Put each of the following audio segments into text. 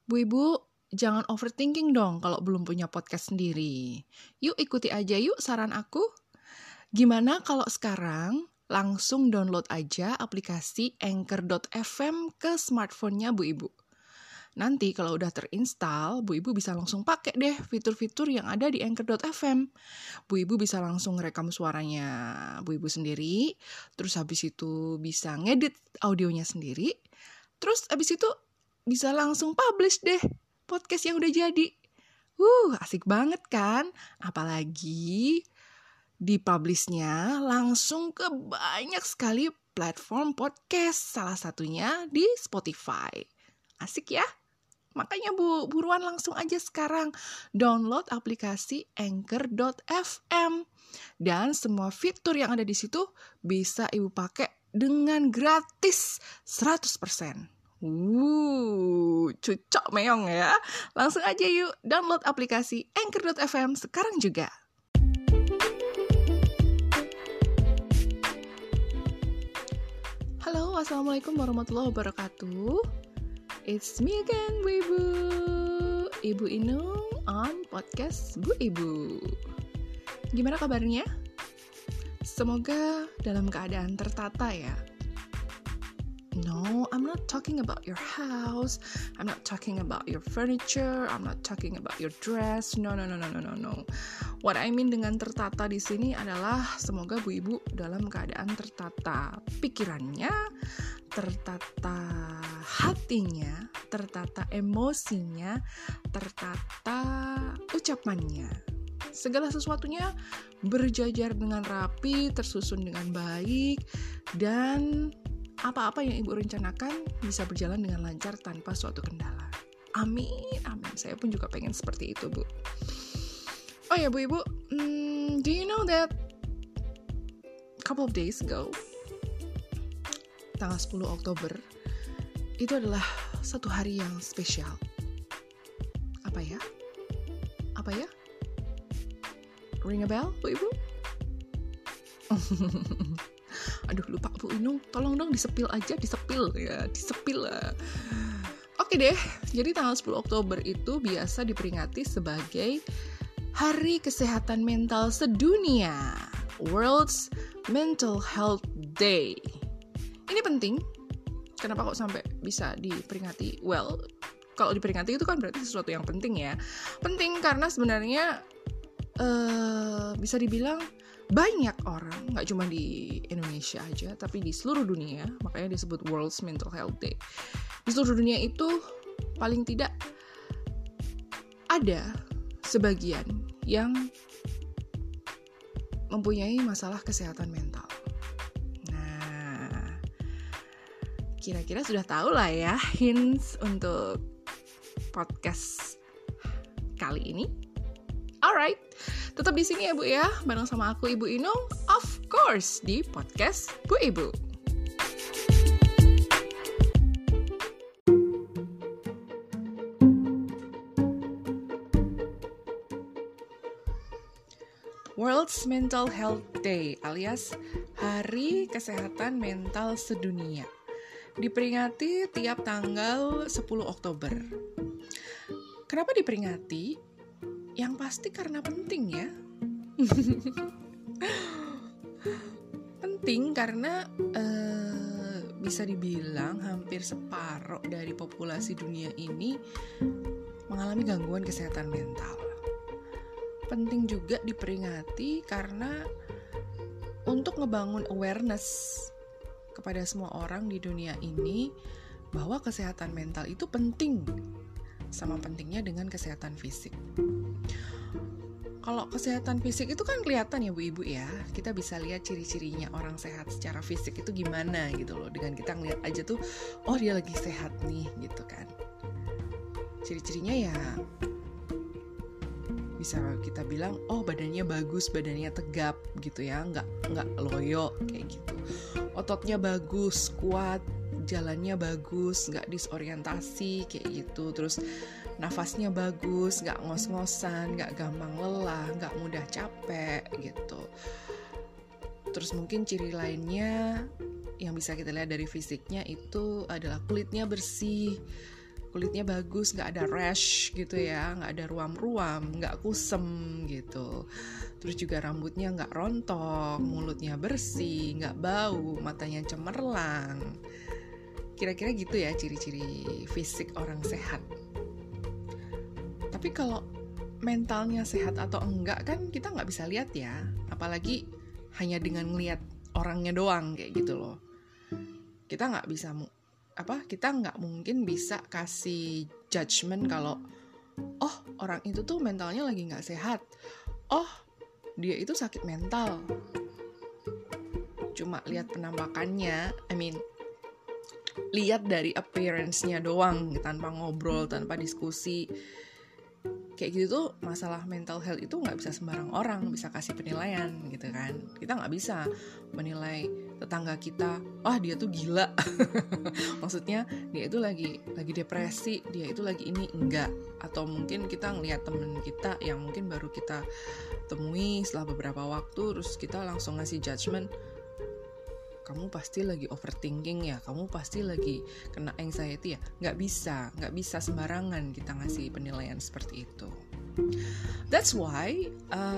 Bu Ibu, jangan overthinking dong kalau belum punya podcast sendiri. Yuk ikuti aja yuk saran aku. Gimana kalau sekarang langsung download aja aplikasi Anchor.fm ke smartphone-nya Bu Ibu. Nanti kalau udah terinstall, Bu Ibu bisa langsung pakai deh fitur-fitur yang ada di Anchor.fm. Bu Ibu bisa langsung rekam suaranya Bu Ibu sendiri, terus habis itu bisa ngedit audionya sendiri, terus habis itu bisa langsung publish deh podcast yang udah jadi. Asik banget kan? Apalagi dipublishnya langsung ke banyak sekali platform podcast, salah satunya di Spotify. Asik ya? Makanya Bu, buruan langsung aja sekarang download aplikasi Anchor.fm. Dan semua fitur yang ada di situ bisa Ibu pakai dengan gratis 100%. Cucok meong ya. Langsung aja yuk download aplikasi Anchor.fm sekarang juga. Halo, assalamualaikum warahmatullahi wabarakatuh. It's me again, Bu Ibu. Ibu Inung on podcast Bu Ibu. Gimana kabarnya? Semoga dalam keadaan tertata ya. No, I'm not talking about your house. I'm not talking about your furniture. I'm not talking about your dress. No. What I mean dengan tertata di sini adalah semoga Bu Ibu dalam keadaan tertata pikirannya, tertata hatinya, tertata emosinya, tertata ucapannya. Segala sesuatunya berjajar dengan rapi, tersusun dengan baik, dan apa-apa yang Ibu rencanakan bisa berjalan dengan lancar tanpa suatu kendala. Amin. Saya pun juga pengen seperti itu, Bu. Oh ya, Bu Ibu, do you know that couple of days ago, tanggal 10 Oktober, itu adalah satu hari yang spesial. Apa ya? Ring a bell, Bu Ibu? Aduh, lupa Bu Inung. Tolong dong disepil lah. Oke deh, jadi tanggal 10 Oktober itu biasa diperingati sebagai Hari Kesehatan Mental Sedunia, World's Mental Health Day. Ini penting. Kenapa kok sampai bisa diperingati? Well, kalau diperingati itu kan berarti sesuatu yang penting ya. Penting karena sebenarnya bisa dibilang banyak orang, nggak cuma di Indonesia aja, tapi di seluruh dunia, makanya disebut World's Mental Health Day. Di seluruh dunia itu paling tidak ada sebagian yang mempunyai masalah kesehatan mental. Nah, kira-kira sudah tahu lah ya hints untuk podcast kali ini. Alright, tetap di sini ya Bu ya, bareng sama aku Ibu Inung, of course di podcast Bu Ibu. World's Mental Health Day alias Hari Kesehatan Mental Sedunia diperingati tiap tanggal 10 Oktober. Kenapa diperingati? Yang pasti karena penting ya. Penting karena bisa dibilang hampir separuh dari populasi dunia ini mengalami gangguan kesehatan mental. Penting juga diperingati karena untuk ngebangun awareness kepada semua orang di dunia ini bahwa kesehatan mental itu penting, sama pentingnya dengan kesehatan fisik. Kalau kesehatan fisik itu kan kelihatan ya Bu Ibu ya, kita bisa lihat ciri-cirinya orang sehat secara fisik itu gimana gitu loh. Dengan kita ngeliat aja tuh, oh dia lagi sehat nih gitu kan. Ciri-cirinya ya bisa kita bilang, oh badannya bagus, badannya tegap gitu ya, nggak loyo kayak gitu. Ototnya bagus, kuat, jalannya bagus, nggak disorientasi kayak gitu. Terus nafasnya bagus, nggak ngos-ngosan, nggak gampang lelah, nggak mudah capek gitu. Terus mungkin ciri lainnya yang bisa kita lihat dari fisiknya itu adalah kulitnya bersih, kulitnya bagus, nggak ada rash gitu ya, nggak ada ruam-ruam, nggak kusem gitu. Terus juga rambutnya nggak rontok, mulutnya bersih, nggak bau, matanya cemerlang. Kira-kira gitu ya ciri-ciri fisik orang sehat. Tapi kalau mentalnya sehat atau enggak kan kita nggak bisa lihat ya, apalagi hanya dengan ngelihat orangnya doang kayak gitu loh. Kita nggak mungkin bisa kasih judgement kalau orang itu tuh mentalnya lagi nggak sehat, dia itu sakit mental. Cuma lihat penampakannya, lihat dari appearance-nya doang, tanpa ngobrol, tanpa diskusi. Kayak gitu tuh masalah mental health itu nggak bisa sembarang orang bisa kasih penilaian gitu kan. Kita nggak bisa menilai tetangga kita, dia tuh gila. Maksudnya dia itu lagi depresi, dia itu lagi ini, enggak. Atau mungkin kita ngelihat temen kita yang mungkin baru kita temui setelah beberapa waktu, terus kita langsung ngasih judgement, kamu pasti lagi overthinking ya, kamu pasti lagi kena anxiety ya. Nggak bisa sembarangan kita ngasih penilaian seperti itu. That's why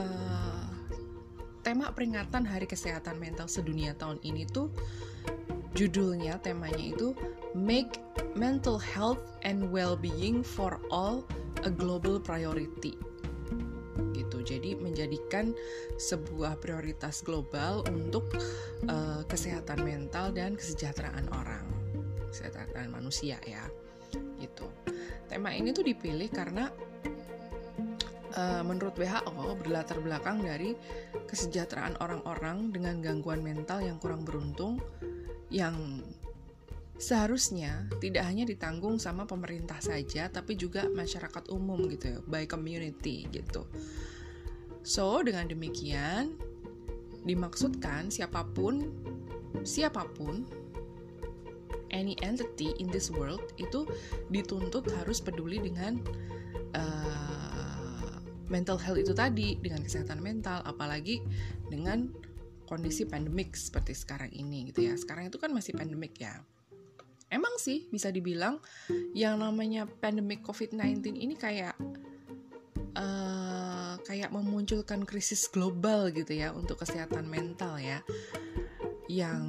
tema peringatan Hari Kesehatan Mental Sedunia tahun ini tuh temanya itu Make Mental Health and Well-being for All a Global Priority. Gitu. Jadi menjadikan sebuah prioritas global untuk kesehatan mental dan kesejahteraan kesejahteraan manusia ya. Gitu. Tema ini tuh dipilih karena menurut WHO berlatar belakang dari kesejahteraan orang-orang dengan gangguan mental yang kurang beruntung, yang seharusnya tidak hanya ditanggung sama pemerintah saja, tapi juga masyarakat umum gitu ya, by community gitu. So, dengan demikian dimaksudkan siapapun, any entity in this world itu dituntut harus peduli dengan mental health itu tadi, dengan kesehatan mental, apalagi dengan kondisi pandemik seperti sekarang ini gitu ya. Sekarang itu kan masih pandemik ya. Emang sih bisa dibilang yang namanya pandemik COVID-19 ini kayak memunculkan krisis global gitu ya untuk kesehatan mental ya, yang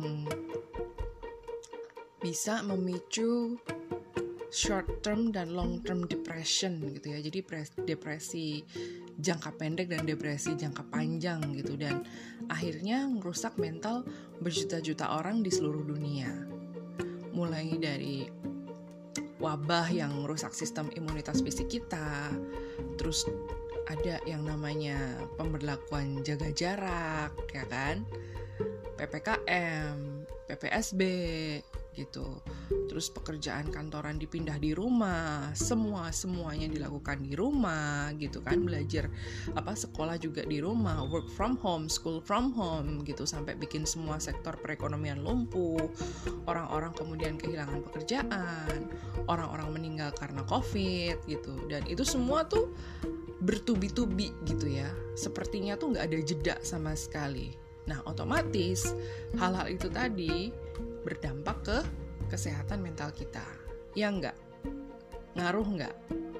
bisa memicu short term dan long term depression gitu ya. Jadi depresi jangka pendek dan depresi jangka panjang gitu, dan akhirnya merusak mental berjuta-juta orang di seluruh dunia. Mulai dari wabah yang merusak sistem imunitas fisik kita, terus ada yang namanya pemberlakuan jaga jarak ya kan, PPKM, PPSB gitu. Terus pekerjaan kantoran dipindah di rumah, semuanya dilakukan di rumah gitu kan, belajar sekolah juga di rumah, work from home, school from home gitu, sampai bikin semua sektor perekonomian lumpuh. Orang-orang kemudian kehilangan pekerjaan, orang-orang meninggal karena COVID gitu. Dan itu semua tuh bertubi-tubi gitu ya. Sepertinya tuh nggak ada jeda sama sekali. Nah, otomatis hal-hal itu tadi berdampak ke kesehatan mental kita. Ya enggak? Ngaruh enggak?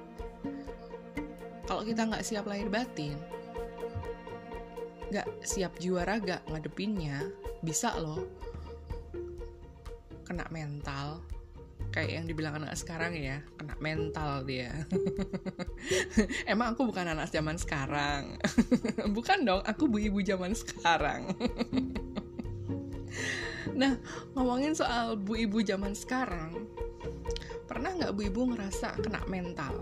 Kalau kita nggak siap lahir batin, nggak siap jiwa raga ngadepinnya, bisa loh kena mental. Kayak yang dibilang anak sekarang ya, kena mental dia. Emang aku bukan anak zaman sekarang. Bukan dong, aku bu ibu zaman sekarang. Nah, ngomongin soal bu ibu zaman sekarang, pernah nggak bu ibu ngerasa kena mental?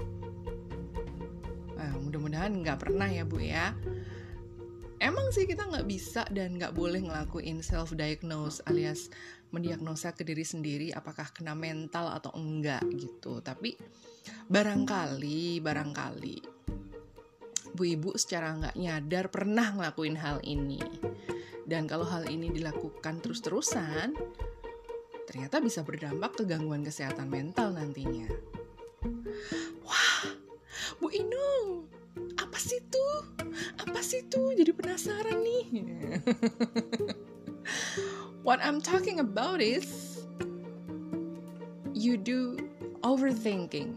Nah, mudah-mudahan nggak pernah ya bu ya. Emang sih kita nggak bisa dan nggak boleh ngelakuin self-diagnose alias mendiagnosa ke diri sendiri apakah kena mental atau enggak gitu. Tapi barangkali bu ibu secara nggak nyadar pernah ngelakuin hal ini. Dan kalau hal ini dilakukan terus-terusan, ternyata bisa berdampak ke gangguan kesehatan mental nantinya. Wah, Bu Inung, apa sih tuh? Jadi penasaran nih. What I'm talking about is you do Overthinking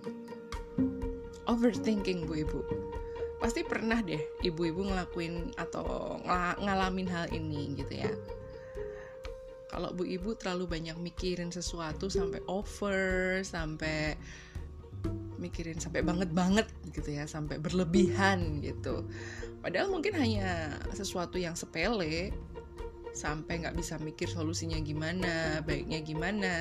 Bu Ibu. Pasti pernah deh ibu-ibu ngelakuin atau ngalamin hal ini gitu ya. Kalau Bu Ibu terlalu banyak mikirin sesuatu sampai over, sampai mikirin sampai banget gitu ya, sampai berlebihan gitu. Padahal mungkin hanya sesuatu yang sepele, sampai nggak bisa mikir solusinya gimana, baiknya gimana.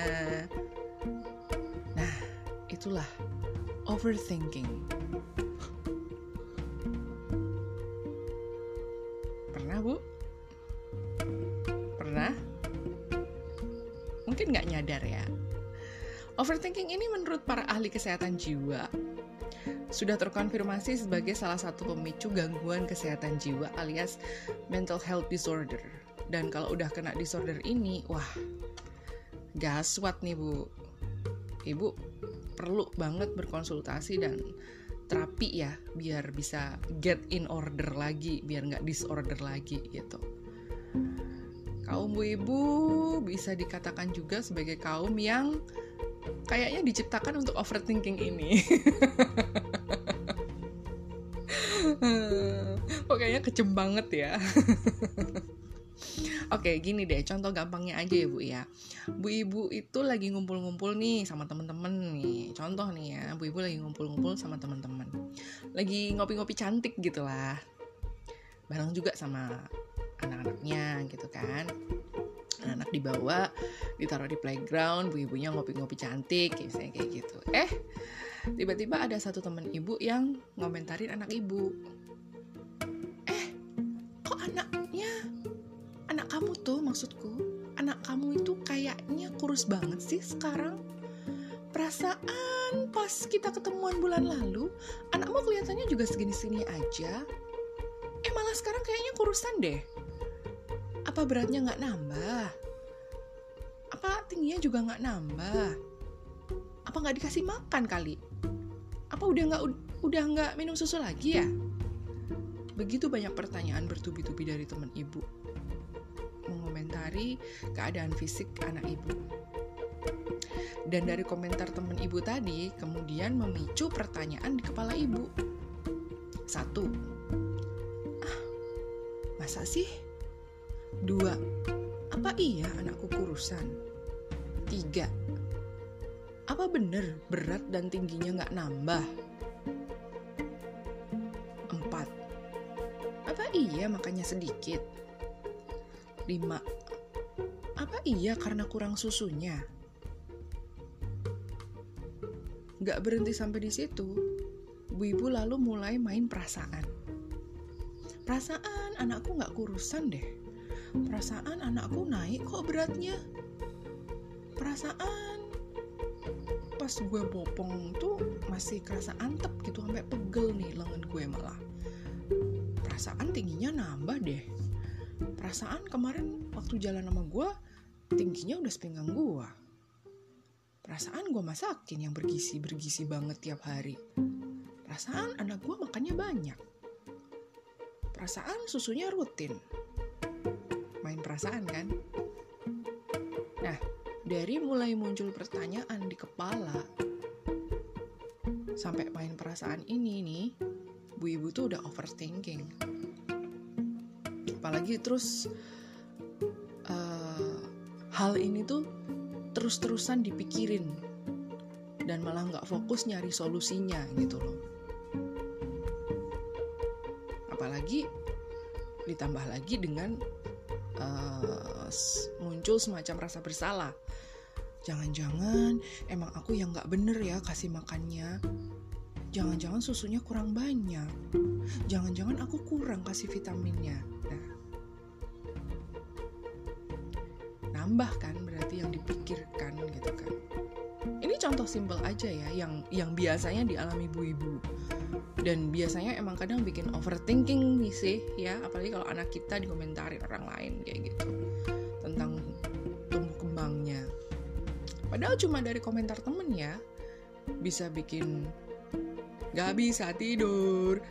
Nah, itulah overthinking. Pernah, Bu? Pernah? Mungkin nggak nyadar ya. Overthinking ini menurut para ahli kesehatan jiwa sudah terkonfirmasi sebagai salah satu pemicu gangguan kesehatan jiwa alias mental health disorder. Dan kalau udah kena disorder ini, wah, gaswat nih Bu. Ibu perlu banget berkonsultasi dan terapi ya, biar bisa get in order lagi, biar nggak disorder lagi gitu. Kaum ibu bisa dikatakan juga sebagai kaum yang kayaknya diciptakan untuk overthinking ini. Kayaknya kejem banget ya. Oke, gini deh, contoh gampangnya aja ya Bu ya. Bu Ibu itu lagi ngumpul-ngumpul nih sama teman-teman nih. Contoh nih ya, Bu Ibu lagi ngumpul-ngumpul sama teman-teman. Lagi ngopi-ngopi cantik gitu lah. Bareng juga sama anak-anaknya gitu kan. Anak dibawa, ditaruh di playground, Bu Ibunya ngopi-ngopi cantik, misalnya kayak gitu. Tiba-tiba ada satu teman Ibu yang ngomentarin anak Ibu. Kok anak kamu tuh, maksudku, anak kamu itu kayaknya kurus banget sih sekarang. Perasaan pas kita ketemuan bulan lalu, anakmu kelihatannya juga segini-segini aja. Malah sekarang kayaknya kurusan deh. Apa beratnya nggak nambah? Apa tingginya juga nggak nambah? Apa nggak dikasih makan kali? Apa udah nggak minum susu lagi ya? Begitu banyak pertanyaan bertubi-tubi dari teman ibu mengomentari keadaan fisik anak ibu. Dan dari komentar teman ibu tadi kemudian memicu pertanyaan di kepala ibu. 1. Masa sih? 2. Apa iya anakku kurusan? 3. Apa bener berat dan tingginya nggak nambah? 4. Apa iya makannya sedikit? 5. Apa iya karena kurang susunya? Nggak berhenti sampai di situ, Bu Ibu lalu mulai main perasaan. Perasaan anakku nggak kurusan deh. Perasaan anakku naik kok beratnya. Perasaan pas gue bopong tuh masih kerasa antep gitu, sampai pegel nih lengan gue malah. Perasaan tingginya nambah deh. Perasaan kemarin waktu jalan sama gue tingginya udah sepinggang gue. Perasaan gue masakin yang bergizi banget tiap hari. Perasaan anak gue makannya banyak. Perasaan susunya rutin. Main perasaan kan? Nah, dari mulai muncul pertanyaan di kepala sampai main perasaan ini nih, Bu Ibu tuh udah overthinking. Apalagi terus hal ini tuh terus-terusan dipikirin dan malah nggak fokus nyari solusinya gitu loh. Apalagi ditambah lagi dengan muncul semacam rasa bersalah. Jangan-jangan emang aku yang gak bener ya kasih makannya. Jangan-jangan susunya kurang banyak. Jangan-jangan aku kurang kasih vitaminnya. Nah, nambah kan berarti yang dipikirkan gitu kan. Ini contoh simpel aja ya yang biasanya dialami ibu-ibu. Dan biasanya emang kadang bikin overthinking nih sih ya, apalagi kalau anak kita dikomentarin orang lain kayak gitu tentang tumbuh kembangnya. Padahal cuma dari komentar temen ya bisa bikin gak bisa tidur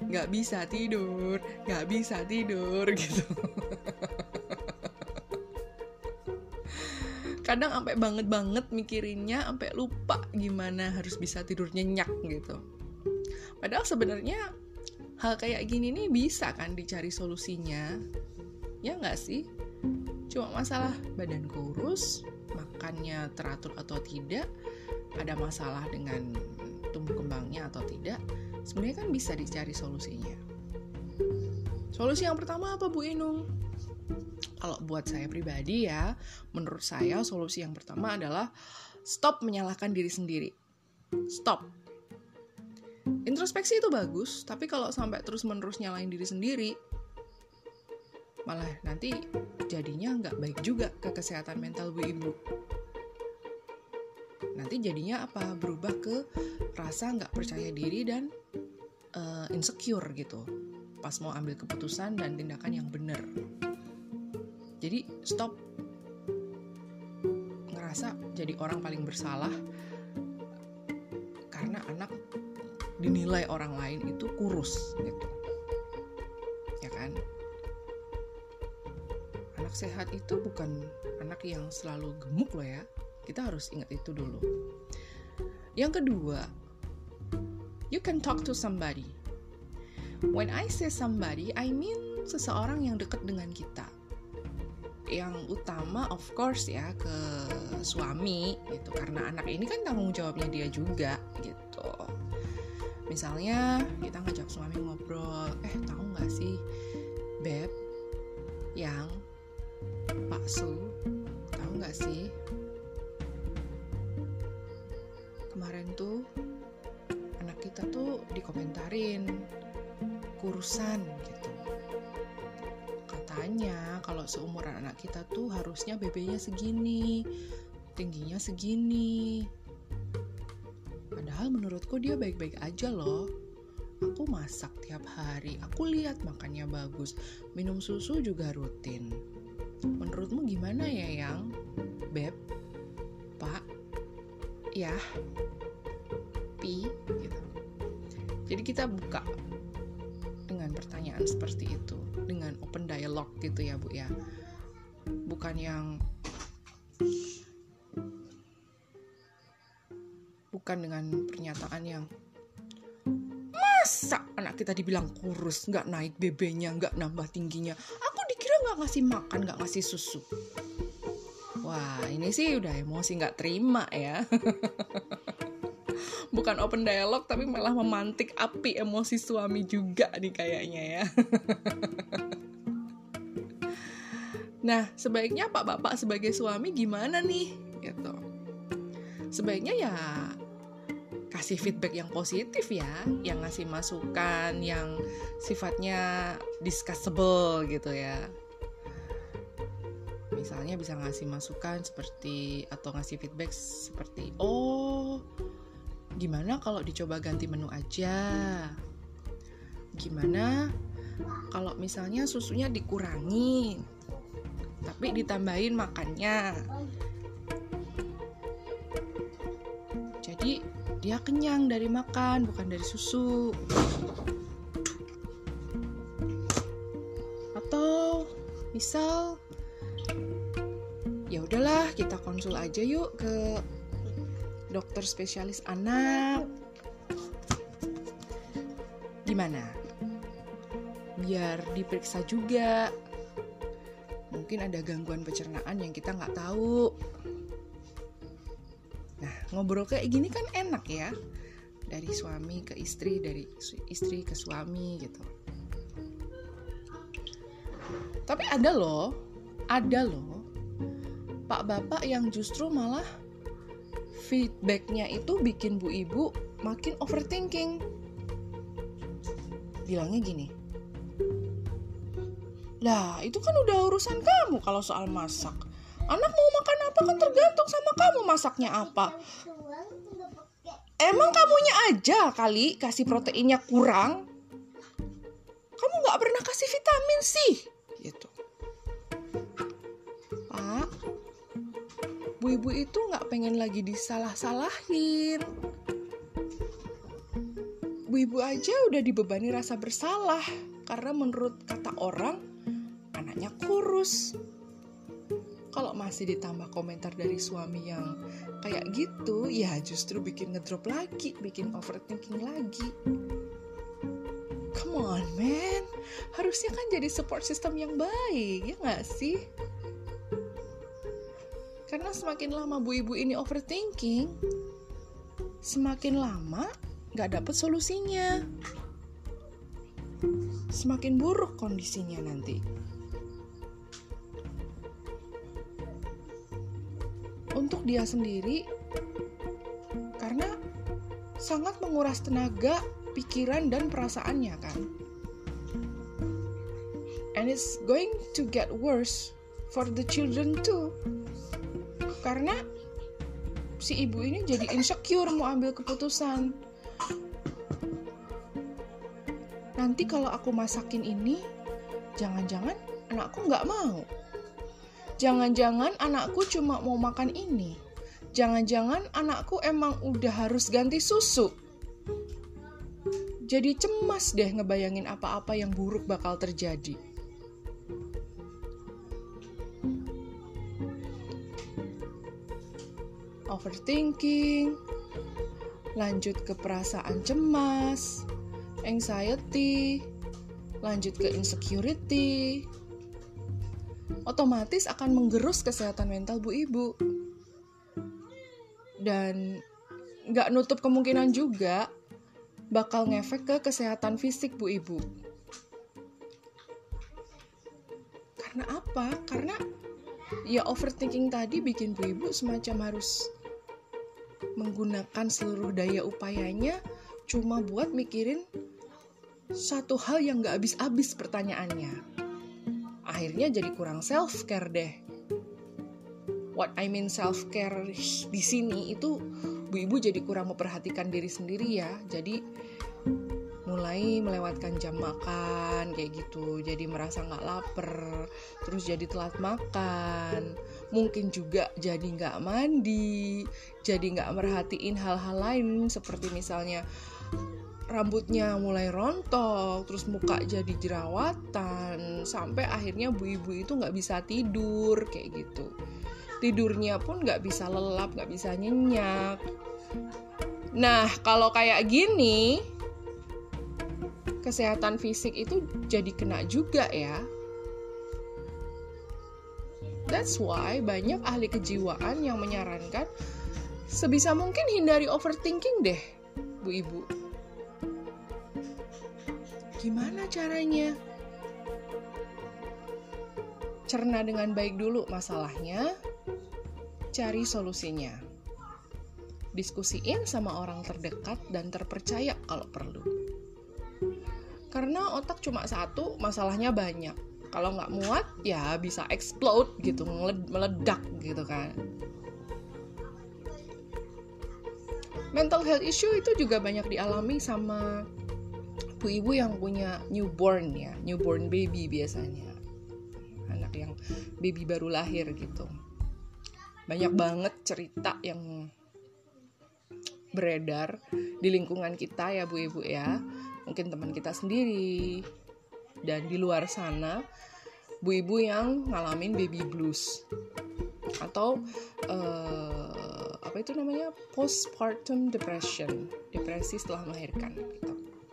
gitu. Kadang sampai banget mikirinnya, sampai lupa gimana harus bisa tidur nyenyak gitu. Padahal sebenarnya hal kayak gini nih bisa kan dicari solusinya. Ya nggak sih? Cuma masalah badan kurus, makannya teratur atau tidak, ada masalah dengan tumbuh kembangnya atau tidak, sebenarnya kan bisa dicari solusinya. Solusi yang pertama apa Bu Inung? Kalau buat saya pribadi ya, menurut saya solusi yang pertama adalah stop menyalahkan diri sendiri. Stop. Introspeksi itu bagus, tapi kalau sampai terus-menerus nyalahin diri sendiri, malah nanti jadinya nggak baik juga ke kesehatan mental Bu Ibu. Nanti jadinya apa? Berubah ke rasa nggak percaya diri dan insecure gitu pas mau ambil keputusan dan tindakan yang benar. Jadi stop ngerasa jadi orang paling bersalah karena anak dinilai orang lain itu kurus gitu. Ya kan? Anak sehat itu bukan anak yang selalu gemuk loh ya. Kita harus ingat itu dulu. Yang kedua, you can talk to somebody. When I say somebody, I mean seseorang yang dekat dengan kita. Yang utama of course ya ke suami gitu, karena anak ini kan tanggung jawabnya dia juga gitu. Misalnya kita ngajak suami ngobrol, tahu nggak sih Beb, yang Pak Su, tahu nggak sih kemarin tuh anak kita tuh dikomentarin kurusan gitu. Katanya kalau seumuran anak kita tuh harusnya BB-nya segini, tingginya segini. Padahal menurutku dia baik-baik aja loh. Aku masak tiap hari, aku lihat makannya bagus, minum susu juga rutin. Menurutmu gimana ya Yang? Beb? Pak? Ya? Pi? Gitu. Jadi kita buka dengan pertanyaan seperti itu, dengan open dialogue gitu ya Bu ya. Bukan dengan pernyataan yang masa anak kita dibilang kurus, gak naik BB-nya, gak nambah tingginya, aku dikira gak ngasih makan, gak ngasih susu. Wah, ini sih udah emosi gak terima ya. Bukan open dialogue, tapi malah memantik api emosi suami juga nih kayaknya ya. Nah, sebaiknya Pak Bapak sebagai suami gimana nih? Gitu. Sebaiknya ya kasih feedback yang positif ya, yang ngasih masukan yang sifatnya discussable gitu ya. Misalnya bisa ngasih masukan seperti, atau ngasih feedback seperti, gimana kalau dicoba ganti menu aja? Gimana kalau misalnya susunya dikurangi, tapi ditambahin makannya? Jadi dia kenyang dari makan, bukan dari susu. Atau misal, ya udahlah kita konsul aja yuk ke dokter spesialis anak. Gimana? Biar diperiksa juga. Mungkin ada gangguan pencernaan yang kita nggak tahu. Nah, ngobrol kayak gini kan enak ya. Dari suami ke istri, dari istri ke suami gitu. Tapi ada loh Pak Bapak yang justru malah feedbacknya itu bikin Bu Ibu makin overthinking. Bilangnya gini, lah itu kan udah urusan kamu kalau soal masak. Anak mau makan apa kan tergantung sama kamu masaknya apa. Emang kamunya aja kali kasih proteinnya kurang. Kamu gak pernah kasih vitamin sih gitu. Pak, Bu Ibu itu gak pengen lagi disalah-salahin. Bu Ibu aja udah dibebani rasa bersalah karena menurut kata orang anaknya kurus. Kalau masih ditambah komentar dari suami yang kayak gitu, ya justru bikin ngedrop lagi, bikin overthinking lagi. Come on man, harusnya kan jadi support system yang baik, ya gak sih? Karena semakin lama bu ibu ini overthinking, semakin lama gak dapet solusinya. Semakin buruk kondisinya nanti. Untuk dia sendiri, karena sangat menguras tenaga, pikiran, dan perasaannya kan. And it's going to get worse for the children too. Karena si ibu ini jadi insecure mau ambil keputusan. Nanti kalau aku masakin ini, jangan-jangan anakku nggak mau. Jangan-jangan anakku cuma mau makan ini. Jangan-jangan anakku emang udah harus ganti susu. Jadi cemas deh ngebayangin apa-apa yang buruk bakal terjadi. Overthinking, lanjut ke perasaan cemas, anxiety, lanjut ke insecurity. Otomatis akan menggerus kesehatan mental bu ibu. Dan gak nutup kemungkinan juga bakal ngefek ke kesehatan fisik bu ibu. Karena apa? Karena ya overthinking tadi bikin bu ibu semacam harus menggunakan seluruh daya upayanya cuma buat mikirin satu hal yang gak habis-habis pertanyaannya. Akhirnya jadi kurang self-care deh. What I mean self-care di sini itu bu ibu jadi kurang memperhatikan diri sendiri ya. Jadi mulai melewatkan jam makan kayak gitu. Jadi merasa gak lapar, terus jadi telat makan. Mungkin juga jadi gak mandi, jadi gak merhatiin hal-hal lain seperti misalnya rambutnya mulai rontok, terus muka jadi jerawatan, sampai akhirnya bu ibu itu gak bisa tidur kayak gitu. Tidurnya pun gak bisa lelap, gak bisa nyenyak. Nah, kalau kayak gini, kesehatan fisik itu jadi kena juga ya. That's why banyak ahli kejiwaan yang menyarankan sebisa mungkin hindari overthinking deh, bu ibu. Gimana caranya? Cerna dengan baik dulu masalahnya, cari solusinya. Diskusiin sama orang terdekat dan terpercaya kalau perlu. Karena otak cuma satu, masalahnya banyak. Kalau nggak muat, ya bisa explode gitu, meledak gitu kan. Mental health issue itu juga banyak dialami sama ibu-ibu yang punya newborn ya, newborn baby biasanya. Anak yang baby baru lahir gitu. Banyak banget cerita yang beredar di lingkungan kita ya bu ibu ya. Mungkin teman kita sendiri dan di luar sana bu ibu yang ngalamin baby blues atau apa itu namanya postpartum depression, depresi setelah melahirkan gitu.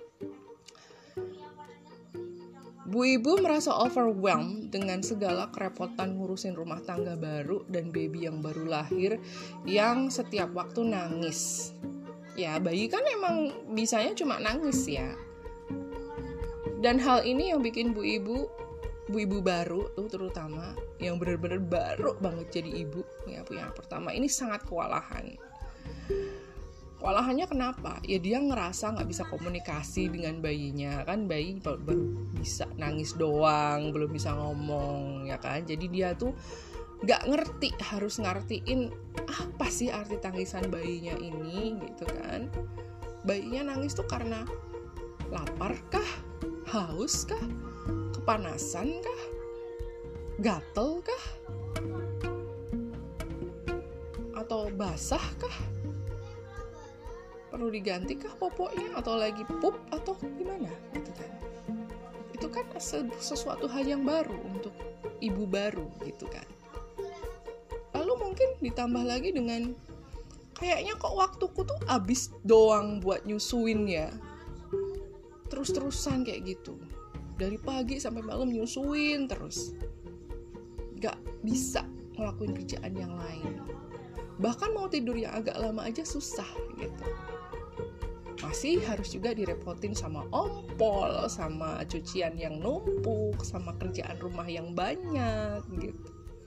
Bu ibu merasa overwhelmed dengan segala kerepotan ngurusin rumah tangga baru dan baby yang baru lahir yang setiap waktu nangis. Ya, bayi kan emang bisanya cuma nangis ya. Dan hal ini yang bikin bu ibu baru tuh terutama yang benar-benar baru banget jadi ibu ya, punya anak pertama ini sangat kewalahan. Kewalahannya kenapa? Ya dia ngerasa gak bisa komunikasi dengan bayinya. Kan bayi baru bisa nangis doang, belum bisa ngomong ya kan. Jadi dia tuh gak ngerti, harus ngertiin apa sih arti tangisan bayinya ini gitu kan. Bayinya nangis tuh karena lapar kah? Haus kah? Kepanasan kah? Gatel kah? Atau basah kah? Perlu diganti kah popoknya atau lagi pup atau gimana gitu kan. Itu kan sesuatu hal yang baru untuk ibu baru gitu kan. ditambah lagi dengan kayaknya kok waktuku tuh abis doang buat nyusuin ya. Terus-terusan kayak gitu. Dari pagi sampai malam nyusuin terus. Gak bisa ngelakuin kerjaan yang lain. Bahkan mau tidur yang agak lama aja susah gitu. Masih harus juga direpotin sama ompol, sama cucian yang numpuk, sama kerjaan rumah yang banyak gitu.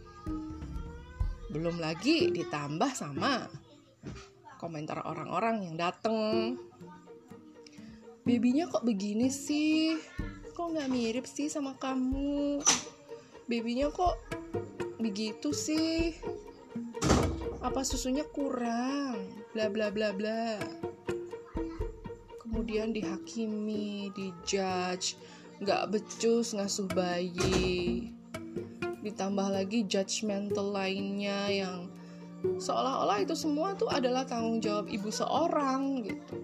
Belum lagi ditambah sama komentar orang-orang yang dateng. Babynya kok begini sih? Kok gak mirip sih sama kamu? Babynya kok begitu sih? Apa susunya kurang? Bla bla bla bla. Kemudian dihakimi, dijudge, gak becus ngasuh bayi. Ditambah lagi judgmental lainnya yang seolah-olah itu semua tuh adalah tanggung jawab ibu seorang gitu.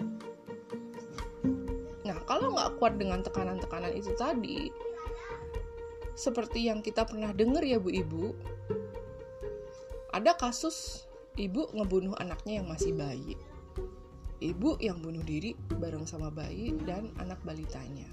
Nah, kalau nggak kuat dengan tekanan-tekanan itu tadi, seperti yang kita pernah dengar ya Bu Ibu, ada kasus ibu ngebunuh anaknya yang masih bayi. Ibu yang bunuh diri bareng sama bayi dan anak balitanya.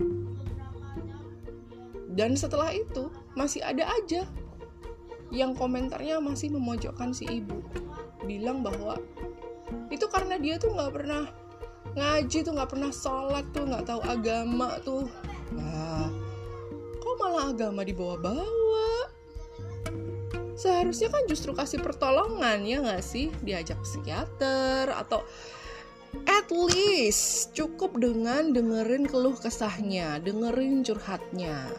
Dan setelah itu masih ada aja yang komentarnya masih memojokkan si ibu, bilang bahwa itu karena dia tuh nggak pernah ngaji tuh, nggak pernah sholat tuh, nggak tahu agama tuh. Nah, kok malah agama dibawa-bawa? Seharusnya kan justru kasih pertolongan, ya nggak sih? Diajak psikiater atau at least cukup dengan dengerin keluh kesahnya, dengerin curhatnya.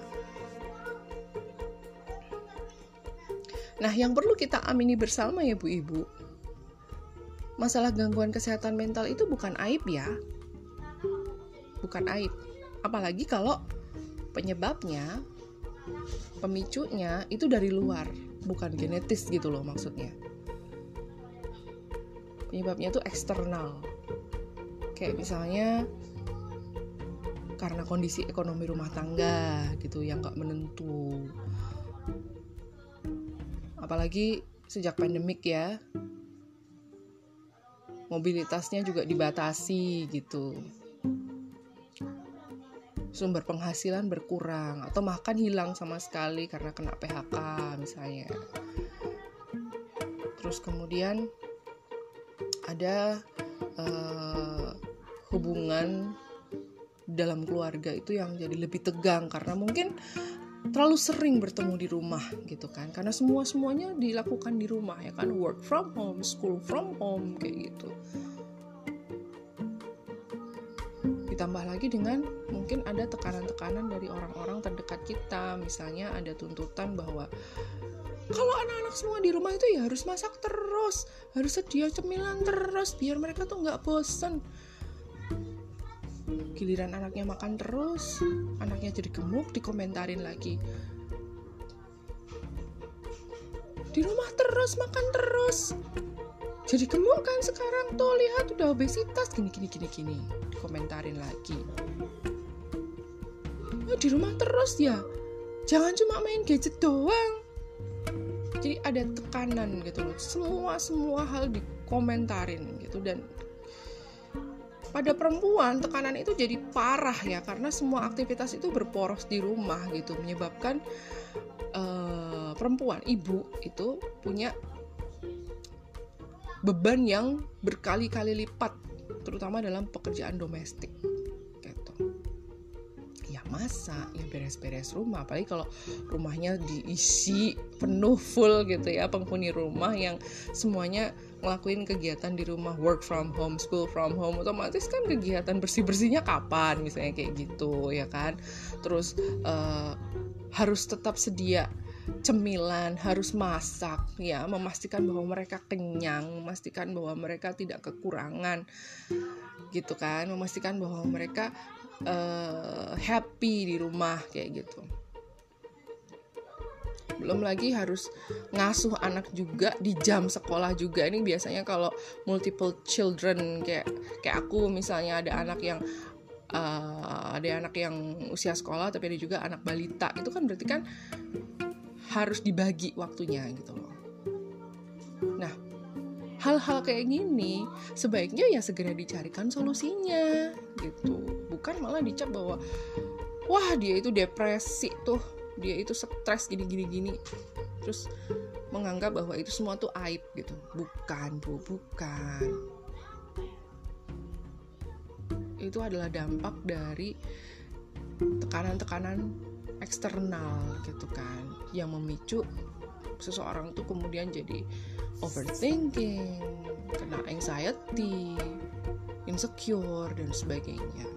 Nah, yang perlu kita amini bersama ya Bu Ibu, masalah gangguan kesehatan mental itu bukan aib ya. Bukan aib. Apalagi kalau penyebabnya, pemicunya itu dari luar, bukan genetis gitu loh maksudnya. Penyebabnya itu eksternal. Kayak misalnya karena kondisi ekonomi rumah tangga gitu yang gak menentu. Apalagi sejak pandemik ya, mobilitasnya juga dibatasi gitu. Sumber penghasilan berkurang atau bahkan hilang sama sekali karena kena PHK misalnya. Terus kemudian ada hubungan dalam keluarga itu yang jadi lebih tegang karena mungkin terlalu sering bertemu di rumah gitu kan, karena semuanya dilakukan di rumah ya kan, work from home, school from home kayak gitu. Ditambah lagi dengan mungkin ada tekanan-tekanan dari orang-orang terdekat kita, misalnya ada tuntutan bahwa kalau anak-anak semua di rumah itu ya harus masak terus, harus sedia cemilan terus biar mereka tuh nggak bosen. Giliran anaknya makan terus, anaknya jadi gemuk, dikomentarin lagi. Di rumah terus, makan terus. Jadi gemuk kan sekarang tuh, lihat udah obesitas, gini. Dikomentarin lagi. Oh, di rumah terus ya, jangan cuma main gadget doang. Jadi ada tekanan gitu loh, semua hal dikomentarin gitu. Dan pada perempuan tekanan itu jadi parah ya, karena semua aktivitas itu berporos di rumah gitu, menyebabkan perempuan, ibu itu punya beban yang berkali-kali lipat, terutama dalam pekerjaan domestik gitu. Ya masak, ya beres-beres rumah, apalagi kalau rumahnya diisi penuh full gitu ya, penghuni rumah yang semuanya ngelakuin kegiatan di rumah, work from home, school from home, otomatis kan kegiatan bersih-bersihnya kapan misalnya kayak gitu ya kan. Terus harus tetap sedia cemilan, harus masak ya, memastikan bahwa mereka kenyang, memastikan bahwa mereka tidak kekurangan gitu kan, memastikan bahwa mereka happy di rumah kayak gitu. Belum lagi harus ngasuh anak juga di jam sekolah juga. Ini biasanya kalau multiple children kayak aku misalnya, ada anak yang usia sekolah tapi ada juga anak balita, itu kan berarti kan harus dibagi waktunya gitu loh. hal-hal kayak gini sebaiknya ya segera dicarikan solusinya gitu, bukan malah dicap bahwa wah dia itu depresi tuh, dia itu stres gini, terus menganggap bahwa itu semua tuh aib gitu. Bukan. Itu adalah dampak dari tekanan-tekanan eksternal gitu kan, yang memicu seseorang tuh kemudian jadi overthinking, kena anxiety, insecure, dan sebagainya.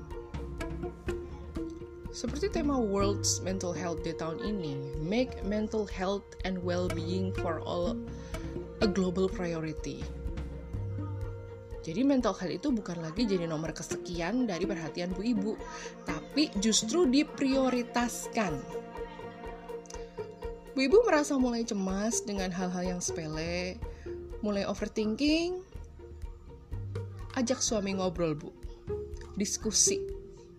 Seperti tema World Mental Health Day tahun ini, make mental health and well-being for all a global priority. Jadi mental health itu bukan lagi jadi nomor kesekian dari perhatian Bu Ibu, tapi justru diprioritaskan. Bu Ibu merasa mulai cemas dengan hal-hal yang sepele, mulai overthinking, ajak suami ngobrol Bu, diskusi.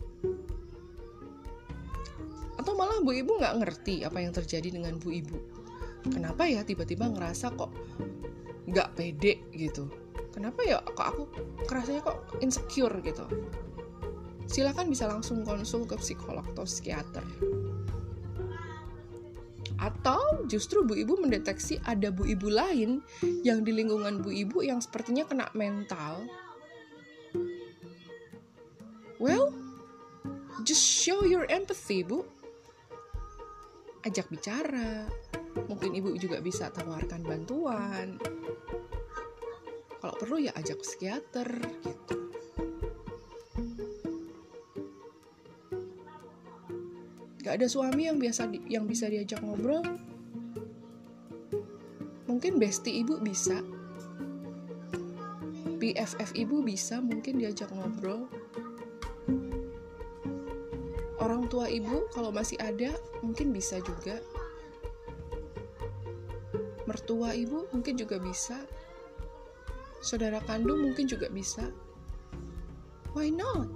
Atau malah Bu Ibu nggak ngerti apa yang terjadi dengan Bu Ibu. Kenapa ya tiba-tiba ngerasa kok nggak pede gitu. Kenapa ya kok aku kerasanya kok insecure gitu. Silakan bisa langsung konsul ke psikolog atau psikiater. Atau justru Bu Ibu mendeteksi ada Bu Ibu lain yang di lingkungan Bu Ibu yang sepertinya kena mental. Well, just show your empathy, Bu. Ajak bicara, mungkin Ibu juga bisa tawarkan bantuan. Kalau perlu ya ajak psikiater gitu. Gak ada suami yang bisa diajak ngobrol? Mungkin bestie Ibu bisa, BFF Ibu bisa mungkin diajak ngobrol. Orang tua Ibu kalau masih ada mungkin bisa juga. Mertua Ibu mungkin juga bisa. Saudara kandung mungkin juga bisa. Why not?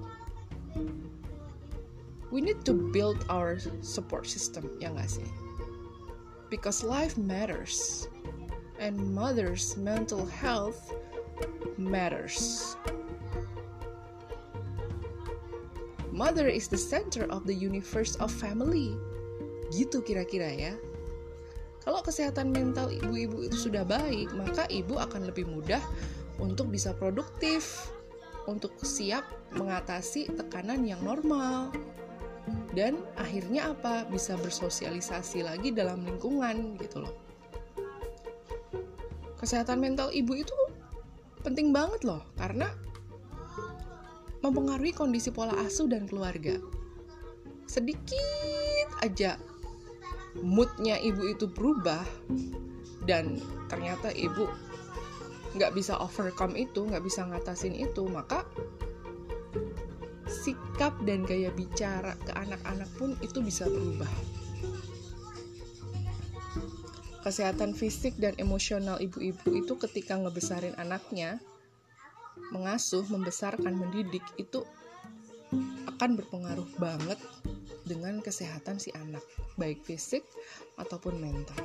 We need to build our support system, ya nggak sih? Because life matters. And mother's mental health matters. Mother is the center of the universe of family. Gitu kira-kira ya. Kalau kesehatan mental ibu-ibu itu sudah baik, maka ibu akan lebih mudah untuk bisa produktif, untuk siap mengatasi tekanan yang normal. Dan akhirnya apa? Bisa bersosialisasi lagi dalam lingkungan gitu loh. Kesehatan mental ibu itu penting banget loh, karena mempengaruhi kondisi pola asuh dan keluarga. Sedikit aja moodnya ibu itu berubah dan ternyata ibu nggak bisa overcome itu, nggak bisa ngatasin itu, maka sikap dan gaya bicara ke anak-anak pun itu bisa berubah. Kesehatan fisik dan emosional ibu-ibu itu ketika ngebesarin anaknya, mengasuh, membesarkan, mendidik, itu akan berpengaruh banget dengan kesehatan si anak, baik fisik ataupun mental.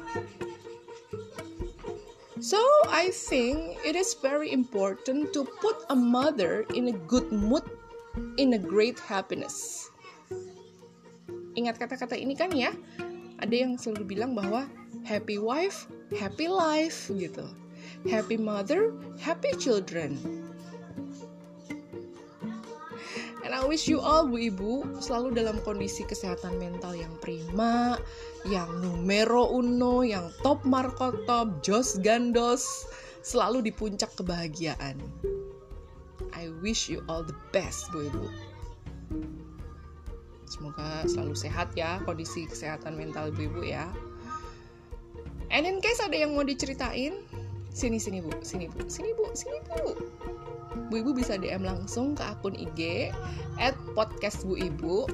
So, I think it is very important to put a mother in a good mood, in a great happiness. Ingat kata-kata ini kan ya? Ada yang selalu bilang bahwa happy wife, happy life gitu. Happy mother, happy children. And I wish you all, Bu Ibu, selalu dalam kondisi kesehatan mental yang prima, yang numero uno, yang top markotop, jos gandos, selalu di puncak kebahagiaan. I wish you all the best, Bu Ibu. Semoga selalu sehat ya kondisi kesehatan mental Bu Ibu ya. And in case ada yang mau diceritain, sini Bu. Bu Ibu bisa DM langsung ke akun IG @podcastbuibu.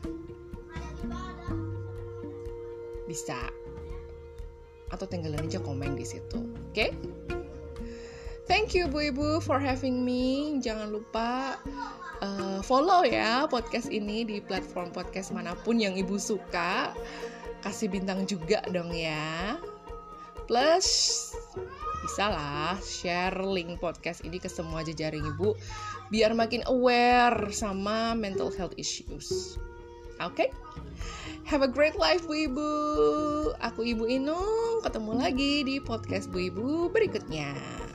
Bisa. Atau tinggalin aja komen di situ. Oke? Thank you Bu Ibu for having me. Jangan lupa follow ya podcast ini di platform podcast manapun yang Ibu suka. Kasih bintang juga dong ya. Plus bisa lah share link podcast ini ke semua jejaring ibu biar makin aware sama mental health issues. Oke? Have a great life Bu Ibu. Aku Ibu Inung, ketemu lagi di podcast Bu Ibu berikutnya.